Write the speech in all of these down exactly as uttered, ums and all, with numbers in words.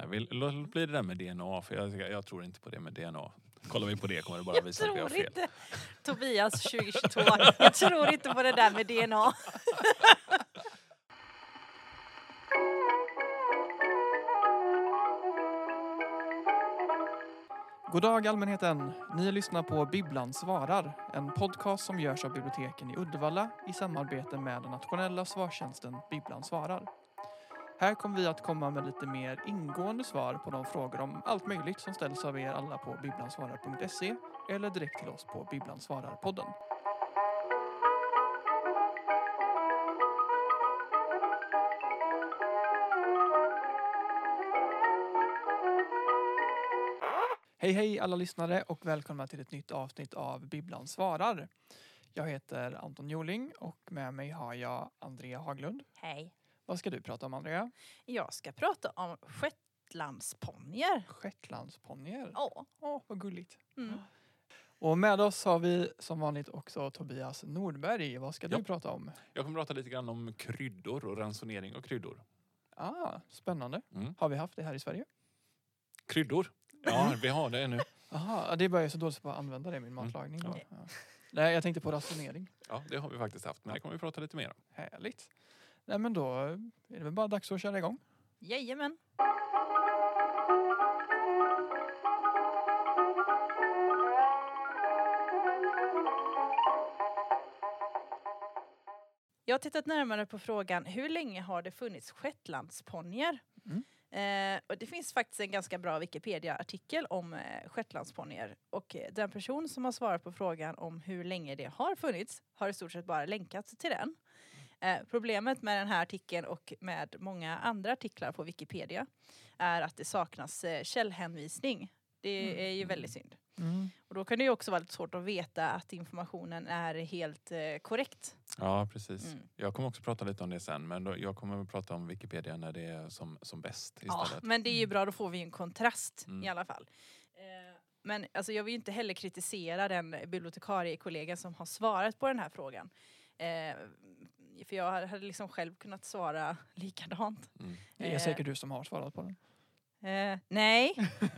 Vi låt bli det där med D N A, för jag, jag tror inte på det med D N A. Kollar vi på det kommer det bara visa att vi har fel. Jag tror inte. Tobias tjugohundratjugotvå. Jag tror inte på det där med D N A. God dag allmänheten! Ni lyssnar på Bibblan svarar, en podcast som görs av biblioteken i Uddevalla i samarbete med den nationella svarstjänsten Bibblan svarar. Här kommer vi att komma med lite mer ingående svar på de frågor om allt möjligt som ställs av er alla på bibblansvarar punkt se eller direkt till oss på Bibblan svarar-podden. Hej hej alla lyssnare och välkomna till ett nytt avsnitt av Bibblan svarar. Jag heter Anton Joling och med mig har jag Andrea Haglund. Hej. Vad ska du prata om, Andrea? Jag ska prata om shetlandsponnyer. Shetlandsponnyer? Ja. Åh, vad gulligt. Mm. Och med oss har vi som vanligt också Tobias Nordberg. Vad ska Ja. du prata om? Jag kommer prata lite grann om kryddor och ransonering av kryddor. Ah, spännande. Mm. Har vi haft det här i Sverige? Kryddor? Ja, vi har det nu. Aha, det är bara jag så dåligt på att använda det i min matlagning. Då. Mm. Ja. Nej, jag tänkte på ransonering. Ja, det har vi faktiskt haft. Men det kommer vi prata lite mer om. Härligt. Nej, men då är det väl bara dags att köra igång. Jajamän. Jag har tittat närmare på frågan hur länge har det funnits shetlandsponnyer? Mm. Eh, och det finns faktiskt en ganska bra Wikipedia-artikel om eh, shetlandsponnyer. Och eh, den person som har svarat på frågan om hur länge det har funnits har i stort sett bara länkat till den. Eh, problemet med den här artikeln och med många andra artiklar på Wikipedia är att det saknas eh, källhänvisning. Det Mm. är ju väldigt synd. Mm. Och då kan det ju också vara lite svårt att veta att informationen är helt eh, korrekt. Ja, precis. Mm. Jag kommer också prata lite om det sen. Men då, jag kommer att prata om Wikipedia när det är som, som bäst Ja, istället. men det är ju bra, då får vi en kontrast Mm. i alla fall. Eh, men alltså, jag vill ju inte heller kritisera den bibliotekariekollega som har svarat på den här frågan. Eh, för jag hade liksom själv kunnat svara likadant. Mm. Det är Eh. säkert du som har svarat på den. Eh, nej.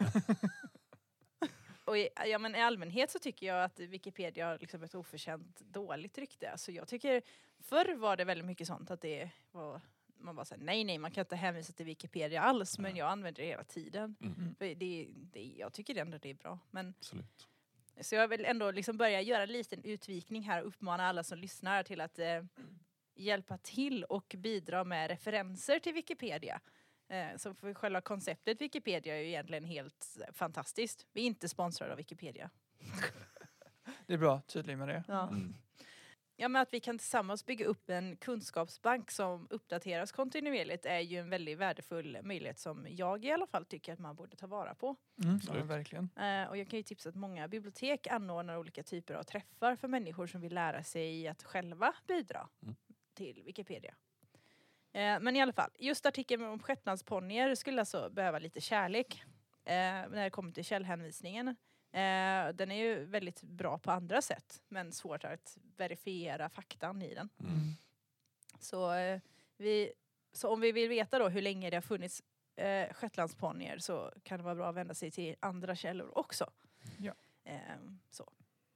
Och i, ja, men i allmänhet så tycker jag att Wikipedia har liksom ett oförtjänt dåligt rykte. Alltså jag tycker, förr var det väldigt mycket sånt att det var, man bara säger nej nej, man kan inte hänvisa till Wikipedia alls, men jag använder det hela tiden. Mm. För det, det, jag tycker ändå det är bra. Men, Absolut. så jag vill ändå liksom börja göra en liten utvikning här och uppmana alla som lyssnar till att eh, hjälpa till och bidra med referenser till Wikipedia. Eh, så för själva konceptet Wikipedia är ju egentligen helt fantastiskt. Vi är inte sponsrade av Wikipedia. Det är bra, tydlig med det. Ja. Mm. Ja, men att vi kan tillsammans bygga upp en kunskapsbank som uppdateras kontinuerligt är ju en väldigt värdefull möjlighet som jag i alla fall tycker att man borde ta vara på. Mm, ja, Absolut. verkligen. Eh, och jag kan ju tipsa att många bibliotek anordnar olika typer av träffar för människor som vill lära sig att själva bidra Mm. till Wikipedia. Eh, men i alla fall, just artikeln om shetlandsponnyer skulle alltså behöva lite kärlek eh, när det kommer till källhänvisningen. Eh, den är ju väldigt bra på andra sätt, men svårt att verifiera faktan i den. Mm. Mm. Så, eh, vi, så om vi vill veta då hur länge det har funnits eh, shetlandsponnyer så kan det vara bra att vända sig till andra källor också. Ja. Eh, så.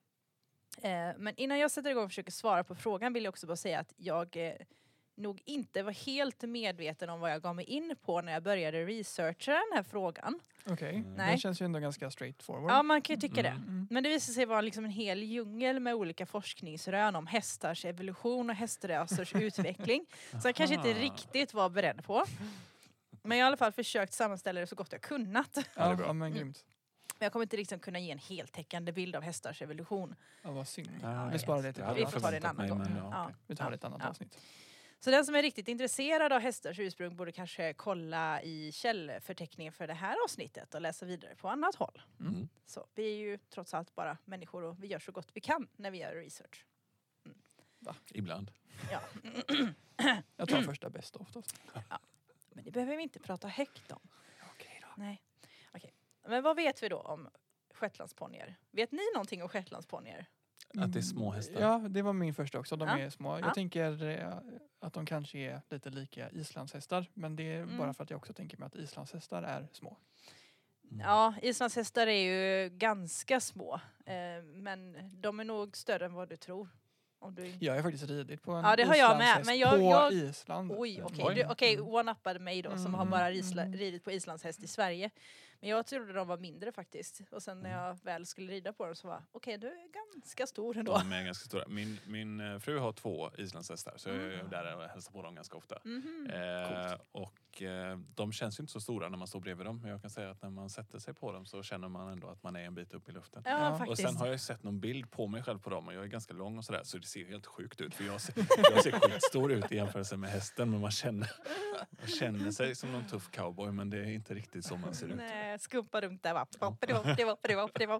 Eh, men innan jag sätter igång och försöker svara på frågan vill jag också bara säga att jag eh, nog inte var helt medveten om vad jag gav mig in på när jag började researcha den här frågan. Okej, Mm. Nej. det känns ju ändå ganska straightforward. Ja, man kan ju tycka Mm. det. Mm. Men det visade sig vara liksom en hel djungel med olika forskningsrön om hästars evolution och hästrasers utveckling. Så jag kanske inte Aha. riktigt var beredd på. Men jag har i alla fall försökt sammanställa det så gott jag kunnat. Ja, det Ja, är bra. ja, men grymt. Men jag kommer inte liksom kunna ge en heltäckande bild av hästars evolution. Ja, vad synd. Ja, vi sparar det till jag hade Vi får ta det en förväntat annan mig, gång. men ja, Ja. okej. Vi tar Ja. ett annat Ja. avsnitt. Så den som är riktigt intresserad av hästars ursprung borde kanske kolla i källförteckningen för det här avsnittet och läsa vidare på annat håll. Mm. Så vi är ju trots allt bara människor och vi gör så gott vi kan när vi gör research. Ibland. Ja. Jag tar första bästa oftast. Men det behöver vi inte prata högt om. Okej då. Nej. Okej. Men vad vet vi då om shetlandsponnyer? Vet ni någonting om shetlandsponnyer? Att det är små hästar. Ja, det var min första också. De Ja. är små. Ja. Jag tänker eh, att de kanske är lite lika islandshästar. Men det är Mm. bara för att jag också tänker mig att islandshästar är små. Mm. Ja, islandshästar är ju ganska små. Eh, men de är nog större än vad du tror. Om du... Jag har faktiskt ridit på en Ja, det har jag med, islandshäst men jag- på jag- Island. Oj, okej. Oj. Du- Okej, Mm. one-uppade mig då som har Mm, bara risla, mm. ridit på islandshäst i Sverige. Men jag trodde de var mindre faktiskt. Och sen när jag väl skulle rida på dem så var okej, du är ganska stor ändå. De är ganska stora. Min, min eh, fru har två islandshästar så jag är Mm. där och hälsar på dem ganska ofta. Mhm. Eh, och eh, de känns ju inte så stora när man står bredvid dem. Men jag kan säga att när man sätter sig på dem så känner man ändå att man är en bit upp i luften. Ja, Ja. Och faktiskt. sen har jag ju sett någon bild på mig själv på dem och jag är ganska lång och sådär så det ser helt sjukt ut. För jag ser, jag ser skitstor ut i jämförelse med hästen men man känner, man känner sig som någon tuff cowboy men det är inte riktigt så man ser ut. Nej, skumpa runt där va. Pop, det var, det var, det var, det var.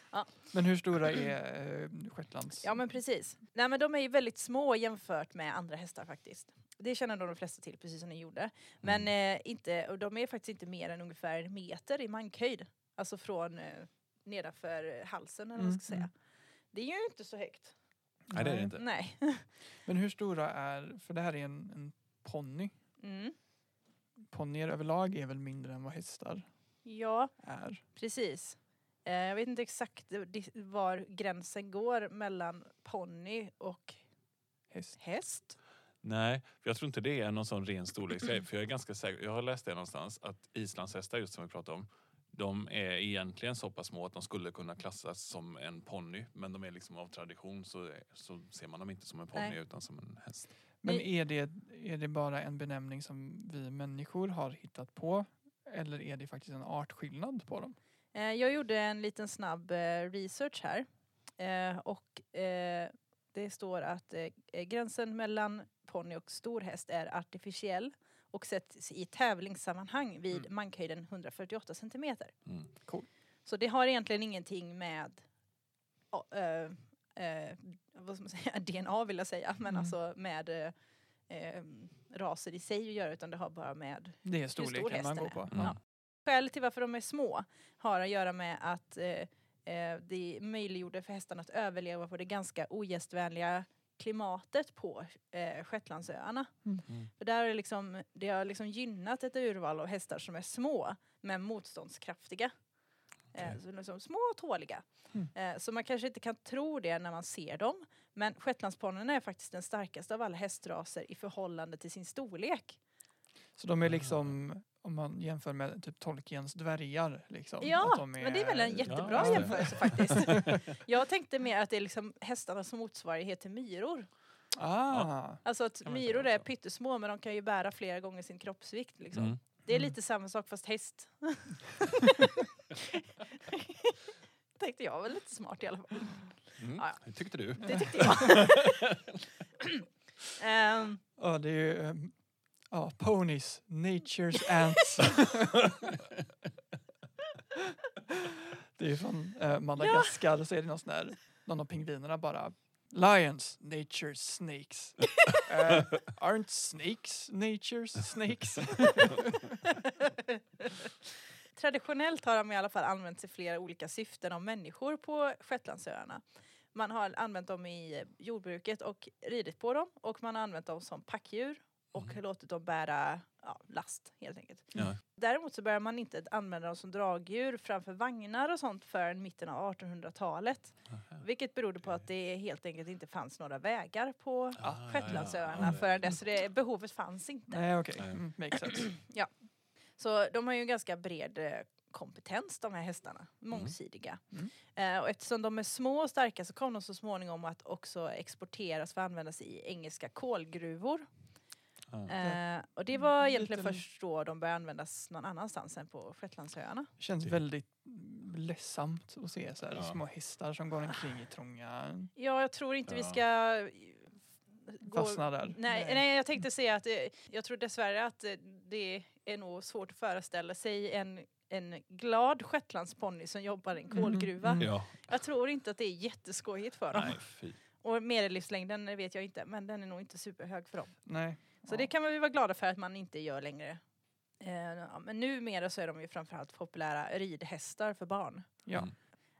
Men hur stora är eh, Shetlands? Ja men precis. Nej men de är ju väldigt små jämfört med andra hästar faktiskt. Det känner nog de flesta till precis som ni gjorde. Men Mm. eh, inte, och de är faktiskt inte mer än ungefär en meter i mankhöjd. Alltså från eh, nedanför halsen eller vad man ska Mm, säga. Det är ju inte så högt. Nej det är det inte. Nej. Men hur stora är, för det här är en, en ponny. Mm. Ponnyer överlag är väl mindre än vad hästar Ja, är. precis. Eh, jag vet inte exakt det- var gränsen går mellan ponny och Häst. häst. Nej, för jag tror inte det är någon sån ren storleksgrej. För jag är ganska säker, jag har läst det någonstans, att islandshästar just som vi pratade om, de är egentligen så pass små att de skulle kunna klassas som en ponny. Men de är liksom av tradition så, så ser man dem inte som en ponny Nej. utan som en häst. Men Nej. är det, är det bara en benämning som vi människor har hittat på? Eller är det faktiskt en artskillnad på dem? Eh, jag gjorde en liten snabb eh, research här. Eh, och eh, det står att eh, gränsen mellan ponny och stor häst är artificiell och sätts i tävlingssammanhang vid Mm. mankhöjden hundrafyrtioåtta centimeter. Mm. Så det har egentligen ingenting med ja, eh, eh, vad ska man säga, D N A vill jag säga, men Mm. alltså med eh, eh, raser i sig att göra, utan det har bara med Det är stor storleken man hästen går är. på. Mm. Ja. Skälet till varför de är små har att göra med att eh, eh, det möjliggjorde för hästarna att överleva på det ganska ogästvänliga klimatet på eh, Shetlandsöarna. Mm. För där är det, liksom, det har liksom gynnat ett urval av hästar som är små men motståndskraftiga. Eh, Okej. så liksom små och tåliga. Mm. Eh, så man kanske inte kan tro det när man ser dem. Men shetlandsponnyerna är faktiskt den starkaste av alla hästraser i förhållande till sin storlek. Så de är liksom, om man jämför med typ Tolkiens dvärgar. Liksom, Ja, att de men det är väl en jättebra Ja, just det. jämförelse faktiskt. Jag tänkte mer att det är liksom hästarnas motsvarighet till myror. Ah, Alltså att Kan man myror säga är så. pyttesmå men de kan ju bära flera gånger sin kroppsvikt. Liksom. Mm. Det är Mm. lite samma sak fast häst. Tänkte jag var lite smart i alla fall. Mm. Ja, ja. Det tyckte du. Det tyckte jag. Ehm, ja, det är ju um, ja, ponies, nature's ants. Det är ju från uh, Madagaskar, så är det någon sån där, någon av pingvinerna bara lions, nature's snakes. Uh, aren't snakes nature's snakes? Traditionellt har de i alla fall använts i flera olika syften av människor på Shetlandsöarna. Man har använt dem i jordbruket och ridit på dem. Och man har använt dem som packdjur och Mm. låtit dem bära ja, last helt enkelt. Ja. Däremot så börjar man inte använda dem som dragdjur framför vagnar och sånt förrän mitten av artonhundratalet. Aha. Vilket berodde på att det helt enkelt inte fanns några vägar på Ah, ja, ja, Shetlandsöarna ja. förrän dess. Så det, behovet fanns inte. Nej, okej. Nej. Mm, makes sense. Så de har ju en ganska bred eh, kompetens, de här hästarna. Mångsidiga. Mm. Eh, och eftersom de är små och starka så kommer de så småningom att också exporteras för att användas i engelska kolgruvor. Ja. Eh, och det var egentligen Lite- först då de började användas någon annanstans än på Shetlandsöarna. Känns Det- väldigt mm, ledsamt att se så här, Ja. små hästar som går omkring i trånga Ja, jag tror inte vi Ja. ska eh, gå... fastnar där. Nej, nej, jag tänkte säga att eh, jag tror dessvärre att eh, det är nog svårt att föreställa sig en, en glad shetlandsponny som jobbar i en Mm, kolgruva. mm. Ja. Jag tror inte att det är jätteskojigt för dem. Nej, fy. Och medellivslängden vet jag inte, men den är nog inte superhög för dem. Nej. Så Ja. det kan vi vara glada för att man inte gör längre. Eh, ja, men numera så är de ju framförallt populära ridhästar för barn. Ja. Mm.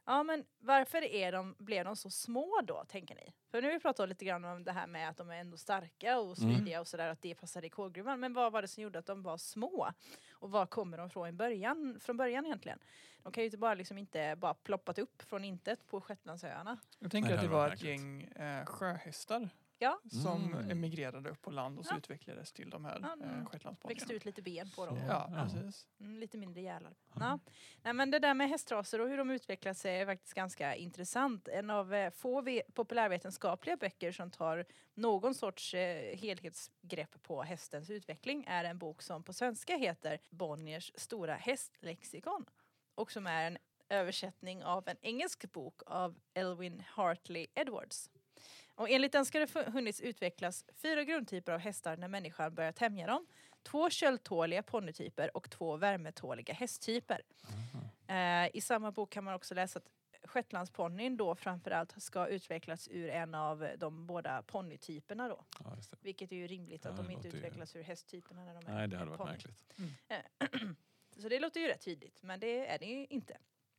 Ja, men varför är de, blev de så små då, tänker ni? För nu har vi pratat lite grann om det här med att de är ändå starka och smidiga och sådär, att det passade i kolgruvan. Men vad var det som gjorde att de var små? Och var kommer de från i början, från början egentligen? De kan ju inte bara, liksom inte bara ploppat upp från intet på Shetlandsöarna. Jag tänker Nej, att det det var var ett märkligt. gäng eh, sjöhästar Ja, som Mm. emigrerade upp på land och så Ja. utvecklades till de här Ja, eh, mm. shetlandsponnyerna. växte ut lite ben på dem. Så. Ja, Ja. precis. Mm, lite mindre gälar. Mm. Ja. Nej, men det där med hästraser och hur de utvecklar sig är faktiskt ganska intressant. En av eh, få ve- populärvetenskapliga böcker som tar någon sorts eh, helhetsgrepp på hästens utveckling är en bok som på svenska heter Bonniers stora hästlexikon. Och som är en översättning av en engelsk bok av Elwin Hartley Edwards. Och enligt den ska det fu- hunnits utvecklas fyra grundtyper av hästar när människan börjar tämja dem. Två köldtåliga ponnytyper och två värmetåliga hästtyper. Eh, I samma bok kan man också läsa att shetlandsponnyn då framförallt ska utvecklas ur en av de båda ponnytyperna då. Ja, just det. Vilket är ju rimligt Ja, att det de inte låter ju- utvecklas ur hästtyperna när de är Nej, det hade varit ponny. märkligt. Så det låter ju rätt tydligt, men det är det ju inte.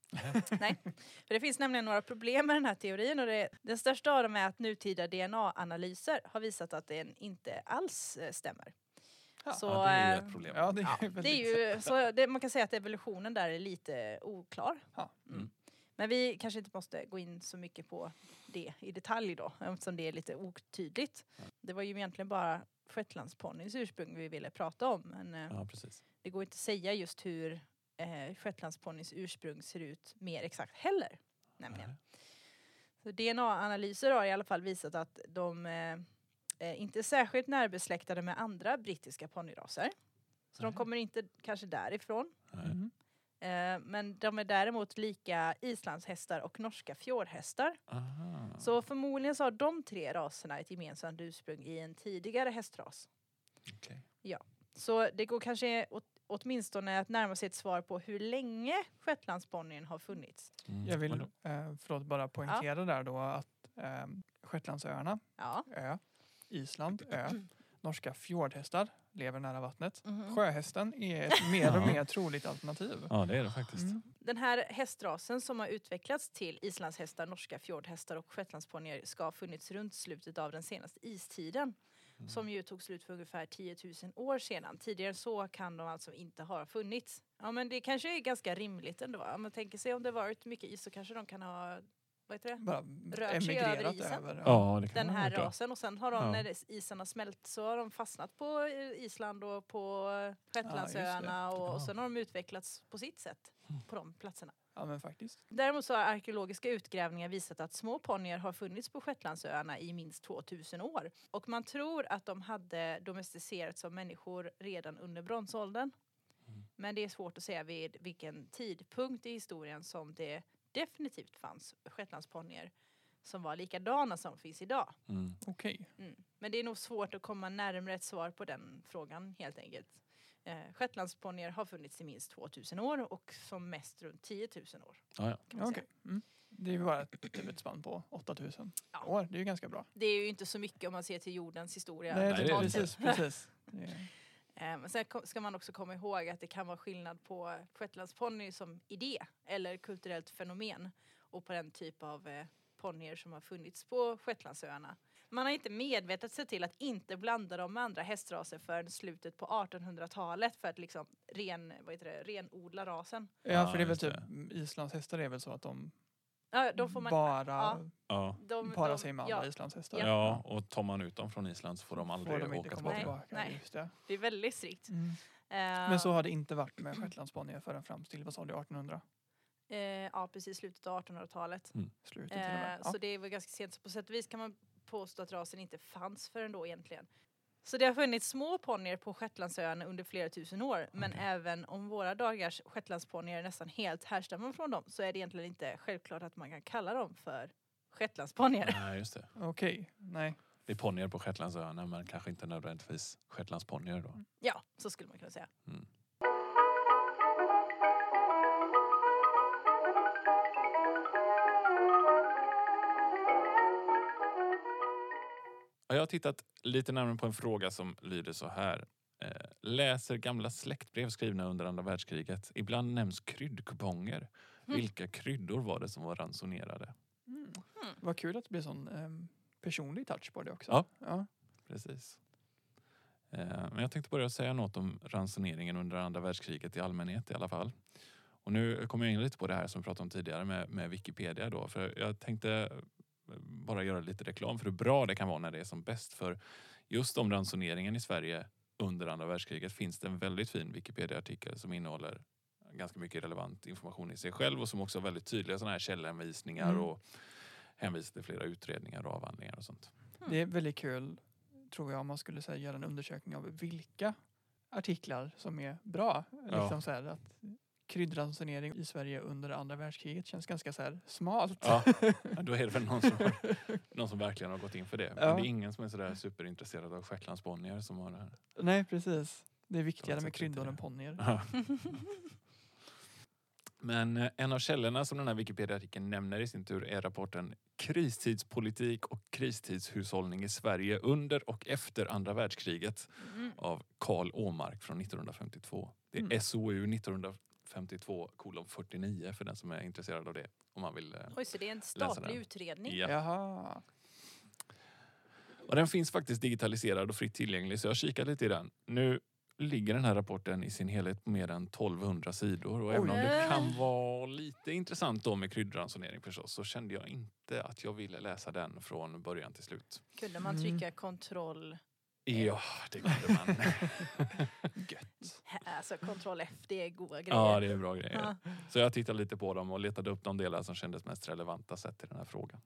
Nej, för det finns nämligen några problem med den här teorin och det, den största av dem är att nutida D N A-analyser har visat att den inte alls eh, stämmer. Ja. Så, Ja, det är ju eh, ett problem. Ja, det är, Ja, väldigt... det är ju, så det, man kan säga att evolutionen där är lite oklar. Ja. Mm. Men vi kanske inte måste gå in så mycket på det i detalj då, eftersom det är lite otydligt. Det var ju egentligen bara shetlandsponnyns ursprung vi ville prata om, men eh, Ja, precis. det går inte att säga just hur eh, shetlandsponnyns ursprung ser ut mer exakt heller. Nämligen. Nej. Så D N A-analyser har i alla fall visat att de eh, är inte särskilt närbesläktade med andra brittiska ponnyraser. Så de Nej. kommer inte kanske därifrån. Nej. Mhm. Eh, men de är däremot lika islandshästar och norska fjordhästar. Aha. Så förmodligen så har de tre raserna ett gemensamt ursprung i en tidigare hästras. Okej. Så det går kanske åt, åtminstone att närma sig ett svar på hur länge shetlandsponnyn har funnits. Mm. Jag vill Men då- eh, förlåt, bara poängtera där då att eh, Shetlandsöarna, Ja. ö, Island, ö, norska fjordhästar lever nära vattnet. Mhm. Sjöhästen är ett mer och Ja. mer troligt alternativ. Ja, det är det faktiskt. Mm. Den här hästrasen som har utvecklats till islandshästar, norska fjordhästar och shetlandsponnyer ska ha funnits runt slutet av den senaste istiden. Mm. Som ju tog slut för ungefär tio tusen år sedan. Tidigare än så kan de alltså inte ha funnits. Ja, men det kanske är ganska rimligt ändå. Om man tänker sig om det varit mycket is så kanske de kan ha, vad heter det? Bara Rört sig över emigrerat isen. över. Ja, det kan Den man här ha gjort, ja. rasen och sen har de, Ja. när isen har smält så har de fastnat på eh, Island och på Shetlandsöarna Ja, och, och Ja. sen har de utvecklats på sitt sätt på de platserna. Ja, men faktiskt. Däremot så har arkeologiska utgrävningar visat att små ponnyer har funnits på Shetlandsöarna i minst tvåtusen år. Och man tror att de hade domesticerats som människor redan under bronsåldern. Mm. Men det är svårt att säga vid vilken tidpunkt i historien som det definitivt fanns shetlandsponnyer som var likadana som finns idag. Mm. Okej. Mm. Men det är nog svårt att komma närmare ett svar på den frågan helt enkelt. Eh, Shetlandsponnyer har funnits i minst tvåtusen år och som mest runt tio tusen år. Ja, ja. Kan man Okej. säga. Mm. Det är ju bara ett, typ ett spann på åtta tusen Ja. år. Det är ju ganska bra. Det är ju inte så mycket om man ser till jordens historia. Nej, det är totalt det precis, sett. precis. Det är- Eh, Men sen ko- ska man också komma ihåg att det kan vara skillnad på shetlandsponny som idé eller kulturellt fenomen och på den typ av eh, ponnyer som har funnits på Shetlandsöarna. Man har inte medvetet sett till att inte blanda dem med andra hästraser förrän slutet på artonhundratalet för att liksom ren, vad heter det, renodla rasen. Ja, för det är väl just typ, islandshästar är väl så att de, Ja, då får man, bara ja, Ja. de, parar de- sig med andra ja, islandshästar. ja, och tar man ut dem från Island så får de aldrig Får de inte åka komma tillbaka. tillbaka. Nej. Just det. det är väldigt strikt. Mm. Eh, Men så har det inte varit med shetlandsponnyer förrän fram till, vad sa du, artonhundra? eh, ja, precis slutet av artonhundratalet. Slutet till och med. Eh, Ja. Så det var ganska sent. Så på sätt och vis kan man påstå att rasen inte fanns förrän då egentligen. Så det har funnits små ponnyer på Shetlandsöarna under flera tusen år. Men Okej. även om våra dagars shetlandsponnyer nästan helt härstammar från dem så är det egentligen inte självklart att man kan kalla dem för shetlandsponnyer. Nej, just det. Okej, nej. Det är ponnyer på Shetlandsöarna men kanske inte nödvändigtvis shetlandsponnyer då. Ja, så skulle man kunna säga. Mm. Ja, jag har tittat lite närmare på en fråga som lyder så här. Eh, läser gamla släktbrev skrivna under andra världskriget. Ibland nämns kryddkuponger. Mm. Vilka kryddor var det som var ransonerade? Mm. Vad kul att det blir sån um, personlig touch på det också. Ja. Ja. Precis. Eh, men jag tänkte börja säga något om ransoneringen under andra världskriget i allmänhet i alla fall. Och nu kommer jag in lite på det här som vi pratade om tidigare med, med Wikipedia då. För jag tänkte bara göra lite reklam för hur bra det kan vara när det är som bäst. För just om ransoneringen i Sverige under andra världskriget finns det en väldigt fin Wikipedia-artikel som innehåller ganska mycket relevant information i sig själv och som också har väldigt tydliga sådana här källhänvisningar Mm. och hänvisar till flera utredningar och avhandlingar och sånt. Det är väldigt kul, tror jag, om man skulle säga, göra en undersökning av vilka artiklar som är bra. Ja. Liksom så här, att kryddransonering i Sverige under andra världskriget känns ganska så här smalt. Ja, då är det väl någon som, har, någon som verkligen har gått in för det. Men Ja. det är ingen som är sådär superintresserad av shetlandsponnier som har det här. Nej, precis. Det är viktigare Jag med tycker inte kryddor än det. ponnyer. Ja. Men eh, en av källorna som den här Wikipedia-artikeln nämner i sin tur är rapporten Kristidspolitik och kristidshushållning i Sverige under och efter andra världskriget Mm. av Karl Åmark från nittonhundrafemtiotvå. Det är Mm. S O U nittonhundrafemtiotvå kolon fyrtionio för den som är intresserad av det. Om man vill. Eh, Oj, så det är en Läsa statlig den. utredning? ja. Jaha. Och den finns faktiskt digitaliserad och fritt tillgänglig så jag har kikat lite i den. Nu ligger den här rapporten i sin helhet på mer än tolvhundra sidor och även om det kan vara lite intressant då med kryddransonering förstås så kände jag inte att jag ville läsa den från början till slut. Kunde man Mm. trycka kontroll, Ja, det kunde man. Gött. alltså kontroll F, det är goda grejer. Ja, det är bra grejer. Ja. Så jag tittade lite på dem och letade upp de delar som kändes mest relevanta sett till den här frågan.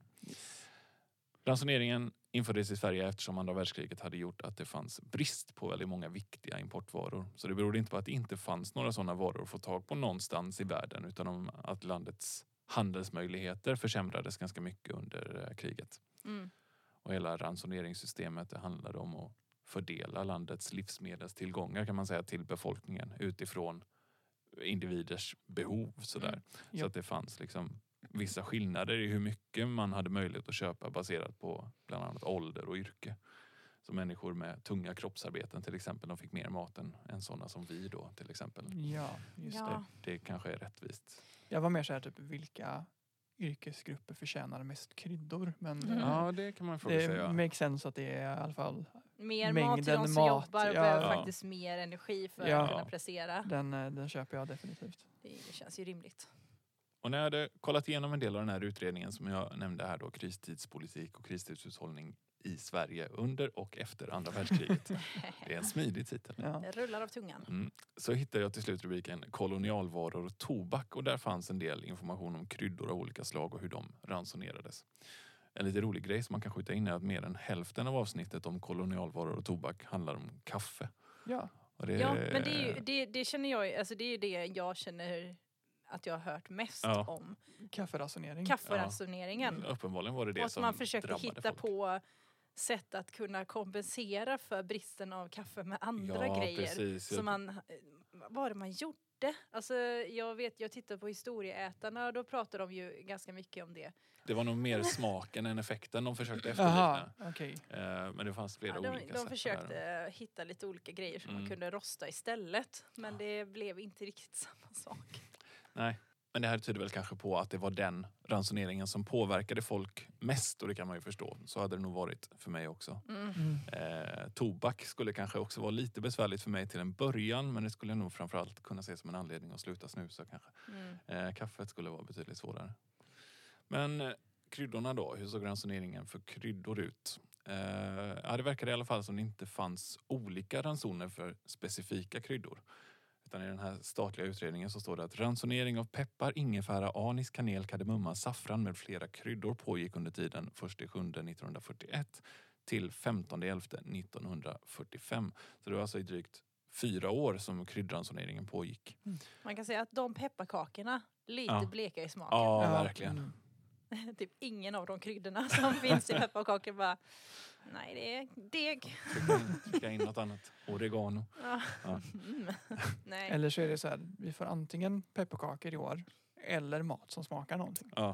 Ransoneringen infördes i Sverige eftersom andra världskriget hade gjort att det fanns brist på väldigt många viktiga importvaror. Så det berodde inte på att det inte fanns några sådana varor att få tag på någonstans i världen utan om att landets handelsmöjligheter försämrades ganska mycket under eh, kriget. Mm. Och hela ransoneringssystemet det handlade om att fördela landets livsmedelstillgångar kan man säga till befolkningen utifrån individers behov sådär. Mm. Så Japp. att det fanns liksom vissa skillnader i hur mycket man hade möjlighet att köpa baserat på bland annat ålder och yrke. Så människor med tunga kroppsarbeten till exempel, de fick mer mat än, än sådana som vi då till exempel. Ja, just Ja. det. Det kanske är rättvist. Jag var mer så här typ vilka yrkesgrupper förtjänar mest kryddor. Men Mm. eh, Ja, det kan man fråga det sig. Ja. makes sense att det är i alla fall Mer mat till de mängden som mat, jobbar och ja. behöver Ja. faktiskt mer energi för Ja. att kunna prestera. den, eh, den köper jag definitivt. Det, det känns ju rimligt. Och när jag hade kollat igenom en del av den här utredningen som jag nämnde här då, kristidspolitik och kristidshushållning i Sverige under och efter andra världskriget. Det är en smidig titel. Ja. Det rullar av tungan. Mm. Så hittade jag till slut rubriken kolonialvaror och tobak och där fanns en del information om kryddor av olika slag och hur de ransonerades. En lite rolig grej som man kan skjuta in är att mer än hälften av avsnittet om kolonialvaror och tobak handlar om kaffe. Ja. Och det, Ja, men det, är ju, det, det känner jag, alltså det är ju det jag känner att jag har hört mest Ja. om. Kafferansonering. Kafferansoneringen. uppenbarligen var det det Och att som man försökte drabbade hitta folk. på sätt att kunna kompensera för bristen av kaffe med andra Ja, grejer. precis. Så man, vad var det man gjorde? Alltså jag vet, jag tittar på Historieätarna och då pratar de ju ganska mycket om det. Det var nog mer smaken än effekten de försökte Jaha, efterlikna. okej. Eh, Men det fanns flera Ja, de olika de sätt. försökte där. hitta lite olika grejer som Mm. man kunde rosta istället. Men Ja. det blev inte riktigt samma sak. Nej, men det här tyder väl kanske på att det var den ransoneringen som påverkade folk mest och det kan man ju förstå. Så hade det nog varit för mig också. Mm. Mm. Eh, tobak skulle kanske också vara lite besvärligt för mig till en början men det skulle jag nog framförallt kunna se som en anledning att sluta snusa kanske. Mm. Eh, kaffet skulle vara betydligt svårare. Men eh, kryddorna då, hur såg ransoneringen för kryddor ut? Eh, ja, det verkade i alla fall som det inte fanns olika ransoner för specifika kryddor. Utan i den här statliga utredningen så står det att ransonering av peppar, ingefära, anis, kanel, kardemumma, saffran med flera kryddor pågick under tiden första juli nittonhundrafyrtioett till femtonde elfte nittonhundrafyrtiofem. Så det var alltså i drygt fyra år som kryddransoneringen pågick. Man kan säga att de pepparkakorna lite Ja. bleka i smaken. Ja, Ja, verkligen. mm. Typ ingen av de kryddorna som finns i pepparkakor bara, nej det är deg. Trycka in, trycka in något annat. Oregano. Ja. Ja. Mm. Nej. Eller så är det så här, vi får antingen pepparkakor i år eller mat som smakar någonting. Ja.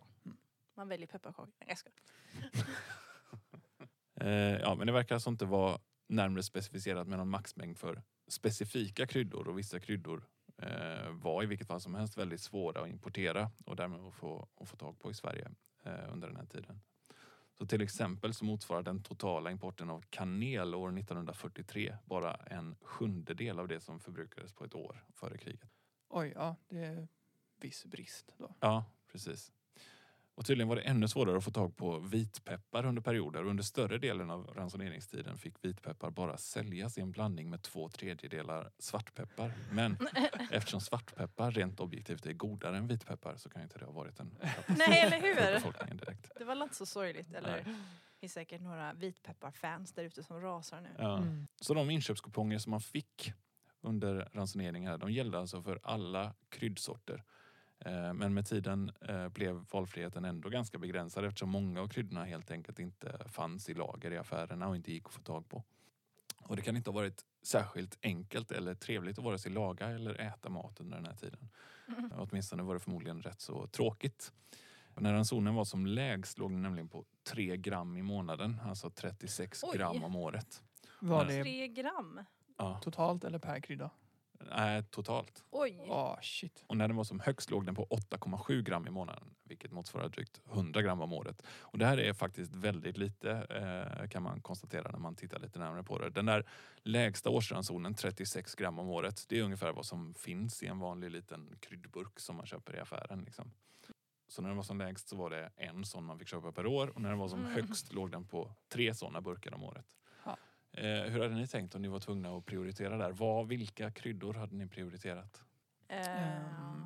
Man väljer pepparkakor. Nej, jag skojar. Eh, ja, men det verkar alltså inte vara närmare specificerat med någon maxmängd för specifika kryddor. Och vissa kryddor eh, var i vilket fall som helst väldigt svåra att importera och därmed att få, att få tag på i Sverige eh, under den här tiden. Så till exempel så motsvarar den totala importen av kanel år nittonhundrafyrtiotre bara en sjundedel av det som förbrukades på ett år före kriget. Oj, ja, det är viss brist då. Ja, precis. Och tydligen var det ännu svårare att få tag på vitpeppar under perioder. Under större delen av ransoneringstiden fick vitpeppar bara säljas i en blandning med två tredjedelar svartpeppar. Men eftersom svartpeppar rent objektivt är godare än vitpeppar så kan inte det ha varit en katastrof Nej, eller hur? för befolkningen direkt. Det var inte så sorgligt. Eller Nej. det finns säkert några vitpepparfans där ute som rasar nu. Ja. Mm. Så de inköpskuponger som man fick under ransoneringen, de gällde alltså för alla kryddsorter. Men med tiden blev valfriheten ändå ganska begränsad eftersom många av kryddorna helt enkelt inte fanns i lager i affärerna och inte gick att få tag på. Och det kan inte ha varit särskilt enkelt eller trevligt att vare sig laga eller äta mat under den här tiden. Mm. Åtminstone var det förmodligen rätt så tråkigt. När ransonen var som lägst låg den nämligen på tre gram i månaden, alltså trettiosex Oj. gram om året. Var det Tre gram? Ja, totalt eller per krydda? nej, totalt. Oj. Ja, shit. Och när den var som högst låg den på åtta komma sju gram i månaden. Vilket motsvarar drygt hundra gram om året. Och det här är faktiskt väldigt lite eh, kan man konstatera när man tittar lite närmare på det. Den där lägsta årsransonen, trettiosex gram om året. Det är ungefär vad som finns i en vanlig liten kryddburk som man köper i affären. Liksom. Så när den var som lägst så var det en sån man fick köpa per år. Och när den var som Mm. högst låg den på tre sådana burkar om året. Ja. Eh, hur hade ni tänkt om ni var tvungna att prioritera där? Vad, vilka kryddor hade ni prioriterat? Eh, Ehm.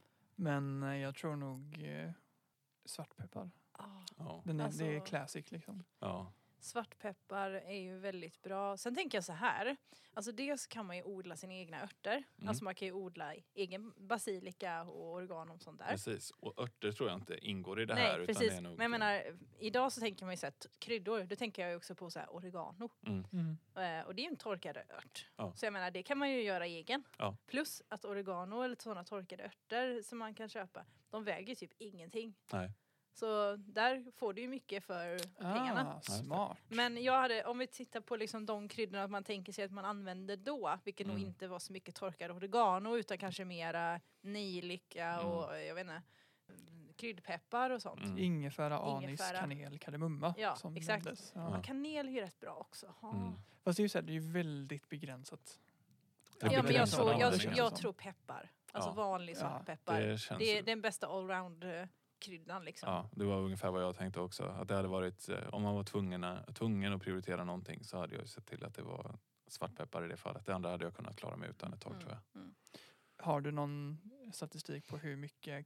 Men eh, jag tror nog eh, svartpeppar. ah. Ja. Den är, Alltså- det är classic liksom. Ja. Svartpeppar är ju väldigt bra. Sen tänker jag så här. Alltså dels kan man ju odla sina egna örter. Mm. Alltså man kan ju odla egen basilika och oregano och sånt där. Precis. Och örter tror jag inte ingår i det Nej, här. Utan precis. det är nog... Men jag menar, idag så tänker man ju så här, t- kryddor. Då tänker jag ju också på så här oregano. Mm. Mm. Eh, och det är ju en torkad ört. Ja. Så jag menar, det kan man ju göra egen. Ja. Plus att oregano eller sådana torkade örter som man kan köpa, de väger typ ingenting. Nej. Så där får du ju mycket för pengarna. Ah, smart. Men jag hade, om vi tittar på liksom de kryddorna man tänker sig att man använder då, vilket Mm. nog inte var så mycket torkad oregano utan kanske mera nejlika Mm. och jag vet inte, kryddpeppar och sånt. Mm. Ingefära, anis, Ingefära. kanel, kardemumma. Ja, som exakt. nämndes. Ja. Ja. Ja, kanel är ju rätt bra också. Ja. Mm. Fast det är ju så här, det är ju väldigt begränsat. Det blir Ja, men jag begränsad tror, jag, användning, jag alltså. tror peppar. Alltså Ja. vanlig Ja, svartpeppar. Det Det, känns... är den bästa allround-kryddan liksom. Ja, det var ungefär vad jag tänkte också. Att det hade varit, eh, om man var tvungen, tvungen att prioritera någonting så hade jag ju sett till att det var svartpeppar i det fallet. Det andra hade jag kunnat klara mig utan ett tag tror jag. Mm. Har du någon statistik på hur mycket,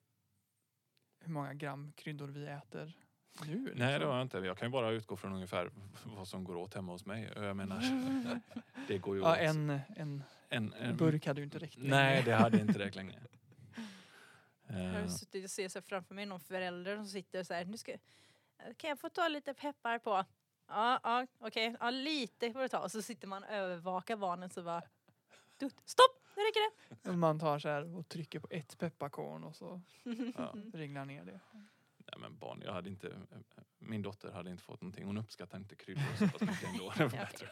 hur många gram kryddor vi äter nu? Nej, liksom? det har jag inte. Jag kan ju bara utgå från ungefär vad som går åt hemma hos mig. Jag menar, det går ju Ja, åt. en, en en, en burk hade ju inte räckt. Nej, det hade inte räckt länge. Jag har Eh, suttit och ser så här framför mig någon förälder som sitter så här, nu ska, kan jag få ta lite peppar på? Ja, ja, okej, ja, lite får du ta. Och så sitter man och övervakar barnen så bara, du, stopp, nu räcker det. Och man tar så här och trycker på ett pepparkorn och så ja. ringlar ner det. Nej, men barn, jag hade inte, min dotter hade inte fått någonting. Hon uppskattar inte kryddor så pass mycket ändå. Det var Ja, bättre.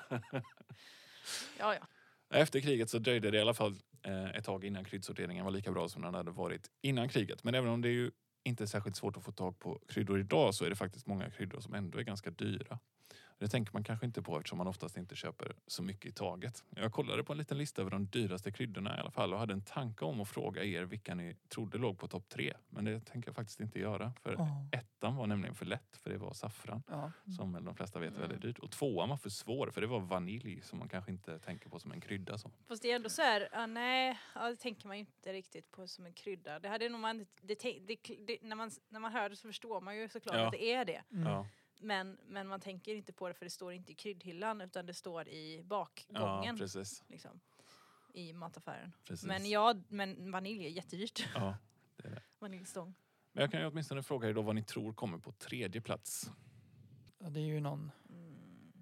Ja, ja. Efter kriget så dröjde det i alla fall eh, ett tag innan kryddsorteringen var lika bra som den hade varit innan kriget. Men även om det är ju inte är särskilt svårt att få tag på kryddor idag så är det faktiskt många kryddor som ändå är ganska dyra. Det tänker man kanske inte på eftersom man oftast inte köper så mycket i taget. Jag kollade på en liten lista över de dyraste kryddorna i alla fall och hade en tanke om att fråga er vilka ni trodde låg på topp tre. Men det tänker jag faktiskt inte göra. För Ja. ettan var nämligen för lätt för det var saffran. Ja. Som väl de flesta vet är Mm. väldigt dyrt. Och tvåan var för svår för det var vanilj som man kanske inte tänker på som en krydda. Så. Fast det är ändå så här, ja, nej, ja, det tänker man ju inte riktigt på som en krydda. Det hade nog man, det, det, det, när, man, när man hör det så förstår man ju såklart Ja. att det är det. Mm. Ja, Men, men man tänker inte på det för det står inte i kryddhyllan utan det står i ja, bakgången precis. liksom, i mataffären. precis. Men ja, men vanilj är jättedyrt. Ja, det är det. Vaniljstång. Men jag kan ju åtminstone fråga er då vad ni tror kommer på tredje plats. Ja, det är ju någon... Mm.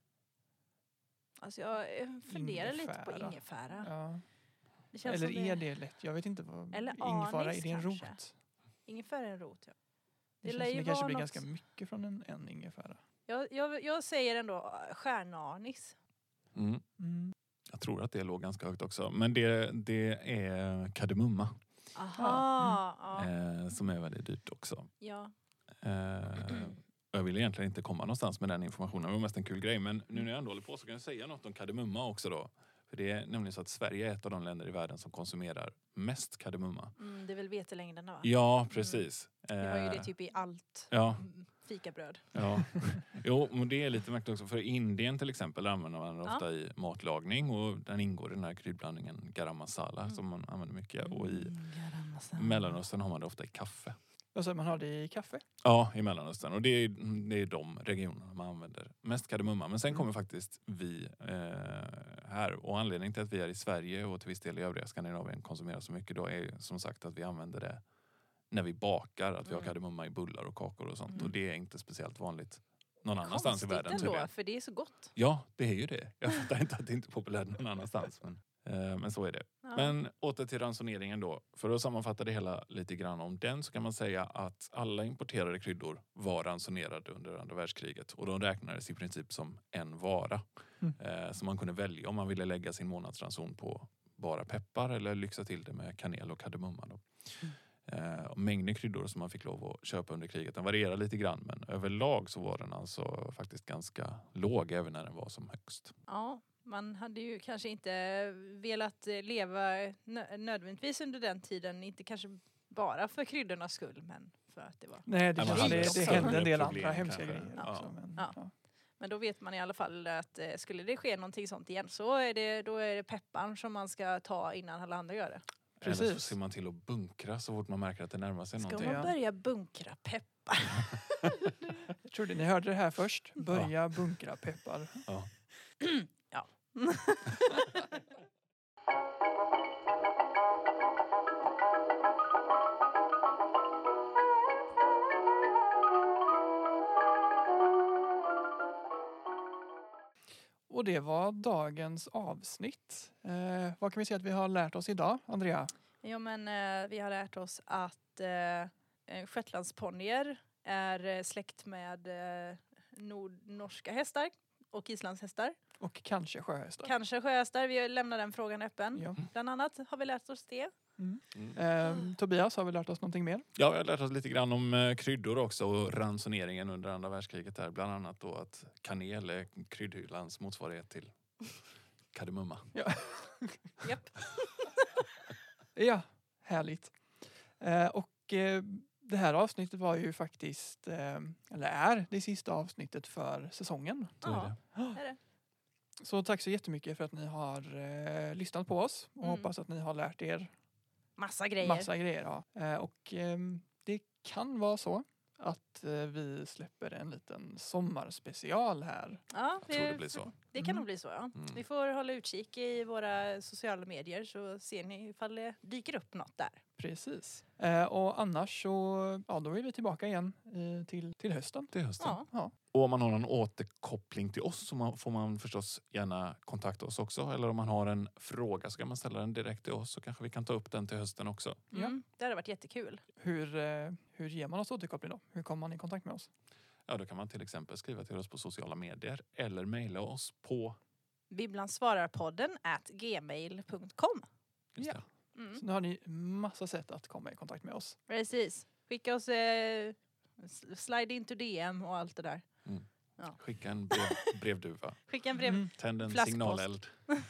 Alltså jag eh, funderar lite på Ingefära. ingefära. Ja. Det känns Eller som är det, det lätt? Jag vet inte vad... Eller ingefära, anis är det en kanske. rot? ingefära är en rot, ja. Det, Det känns lär som ju det kanske vara blir något- ganska mycket från en, en ingefära. Jag, jag, jag säger ändå stjärnanis. Mm. Mm. Jag tror att det låg ganska högt också. Men det, det är kardemumma. Aha, ja. Eh, som är väldigt dyrt också. ja. Eh, jag vill egentligen inte komma någonstans med den informationen. Det var mest en kul grej. Men nu när jag ändå håller på så kan jag säga något om kardemumma också då. För det är nämligen så att Sverige är ett av de länder i världen som konsumerar mest kardemumma. Mm, det är väl vetelängderna va? Ja, precis. Vi har ju det Eh, typ i allt. Ja, Mm, fikabröd. ja. Jo, men det är lite märkligt också. För i Indien till exempel använder man den Ja. ofta i matlagning. Och den ingår i den här kryddblandningen garam masala Mm. som man använder mycket. Och i Mm, garam masala. Mellanöstern har man det ofta i kaffe. Alltså man har det i kaffe. Ja, i Mellanöstern. Och det är, det är de regionerna man använder mest kardemumma. Men sen Mm. kommer faktiskt vi eh, här. Och anledningen till att vi är i Sverige och till viss del i övriga Skandinavien konsumerar så mycket då är som sagt att vi använder det när vi bakar. Att vi har Mm. kardemumma i bullar och kakor och sånt. Mm. Och det är inte speciellt vanligt någon annanstans i världen Konstigt ändå, tydligen. för det är så gott. Ja, det är ju det. Jag fattar inte att det inte är populärt någon annanstans. Men, eh, men så är det. Ja. Men åter till ransoneringen då. För att sammanfatta det hela lite grann om den så kan man säga att alla importerade kryddor var ransonerade under andra världskriget. Och de räknades i princip som en vara. Mm. Eh, så man kunde välja om man ville lägga sin månadsranson på bara peppar eller lyxa till det med kanel och kardemumma. Då. Mm. Eh, och mängden kryddor som man fick lov att köpa under kriget den varierar lite grann. Men överlag så var den alltså faktiskt ganska låg även när den var som högst. Ja, man hade ju kanske inte velat leva nö- nödvändigtvis under den tiden. Inte kanske bara för kryddornas skull, men för att det var... Nej, det, Ja, man kanske- hade det, också det hände en del problem andra hemska kanske. grejer Ja. också. Men, Ja. ja. Men då vet man i alla fall att eh, skulle det ske någonting sånt igen så är det, då är det pepparn som man ska ta innan alla andra gör det. Eller så Precis. ser man till att bunkra så fort man märker att det närmar sig Ska någonting. man Ja. börja bunkra peppar? Jag trodde ni hörde det här först. Börja bunkra peppar. Ja. Ja. Och det var dagens avsnitt. Eh, vad kan vi säga att vi har lärt oss idag, Andrea? Jo men eh, vi har lärt oss att eh, shetlandsponnyer är eh, släkt med eh, nordnorska hästar och islandshästar. Och kanske sjöhästar. Kanske sjöhästar, vi lämnar den frågan öppen. Ja. Bland annat har vi lärt oss det. Mm. Eh, Tobias, har vi lärt oss någonting mer? Ja, jag har lärt oss lite grann om eh, kryddor också och ransoneringen under andra världskriget där. Bland annat då att kanel är kryddhyllans motsvarighet till kardemumma. Japp. Ja, härligt. Eh, och eh, det här avsnittet var ju faktiskt, eh, eller är det sista avsnittet för säsongen. Så är det. Ja, är det. Så tack så jättemycket för att ni har eh, lyssnat på oss. Och Mm. hoppas att ni har lärt er Massa grejer. massa grejer. Ja. Eh, och ehm, det kan vara så att eh, vi släpper en liten sommarspecial här. Ja, Jag tror det blir så. Det kan Mm. nog bli så, ja. Mm. Vi får hålla utkik i våra sociala medier så ser ni ifall det dyker upp något där. Precis. Eh, och annars så, ja, då är vi tillbaka igen eh, till, till hösten. Till hösten. Ja. Ja. Och om man har någon återkoppling till oss så man, får man förstås gärna kontakta oss också. Eller om man har en fråga så kan man ställa den direkt till oss så kanske vi kan ta upp den till hösten också. Ja. Mm, det hade varit jättekul. Hur, eh, hur ger man oss återkoppling då? Hur kommer man i kontakt med oss? Ja, då kan man till exempel skriva till oss på sociala medier eller mejla oss på... Bibblansvararpodden at gmail punkt com. Just Ja. det. Mm. Så nu har ni massa sätt att komma i kontakt med oss. Precis. Skicka oss eh, s- slide into D M och allt det där. Skicka en brev, brevduva. Skicka en brev. Mm. Tänd en Flaskpost. signaleld.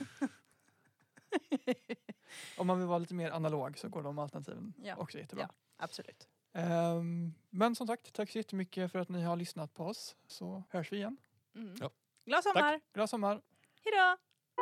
Om man vill vara lite mer analog så går de alternativen Ja. också jättebra. Ja. Absolut. Ehm, men som sagt, tack så jättemycket för att ni har lyssnat på oss. Så hörs vi igen. Mm. Ja. Glad sommar! Glad sommar! Hejdå!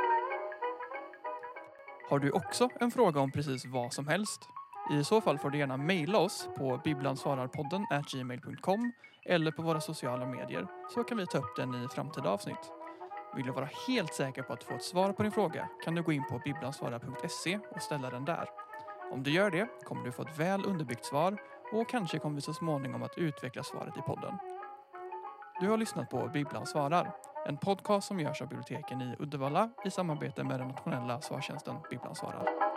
Har du också en fråga om precis vad som helst? I så fall får du gärna mejla oss på bibblansvararpodden at gmail punkt com eller på våra sociala medier så kan vi ta upp den i framtida avsnitt. Vill du vara helt säker på att få ett svar på din fråga kan du gå in på bibblansvarar punkt se och ställa den där. Om du gör det kommer du få ett väl underbyggt svar och kanske kommer vi så småningom att utveckla svaret i podden. Du har lyssnat på Bibblan svarar, en podcast som görs av biblioteken i Uddevalla i samarbete med den nationella svartjänsten Bibblan svarar.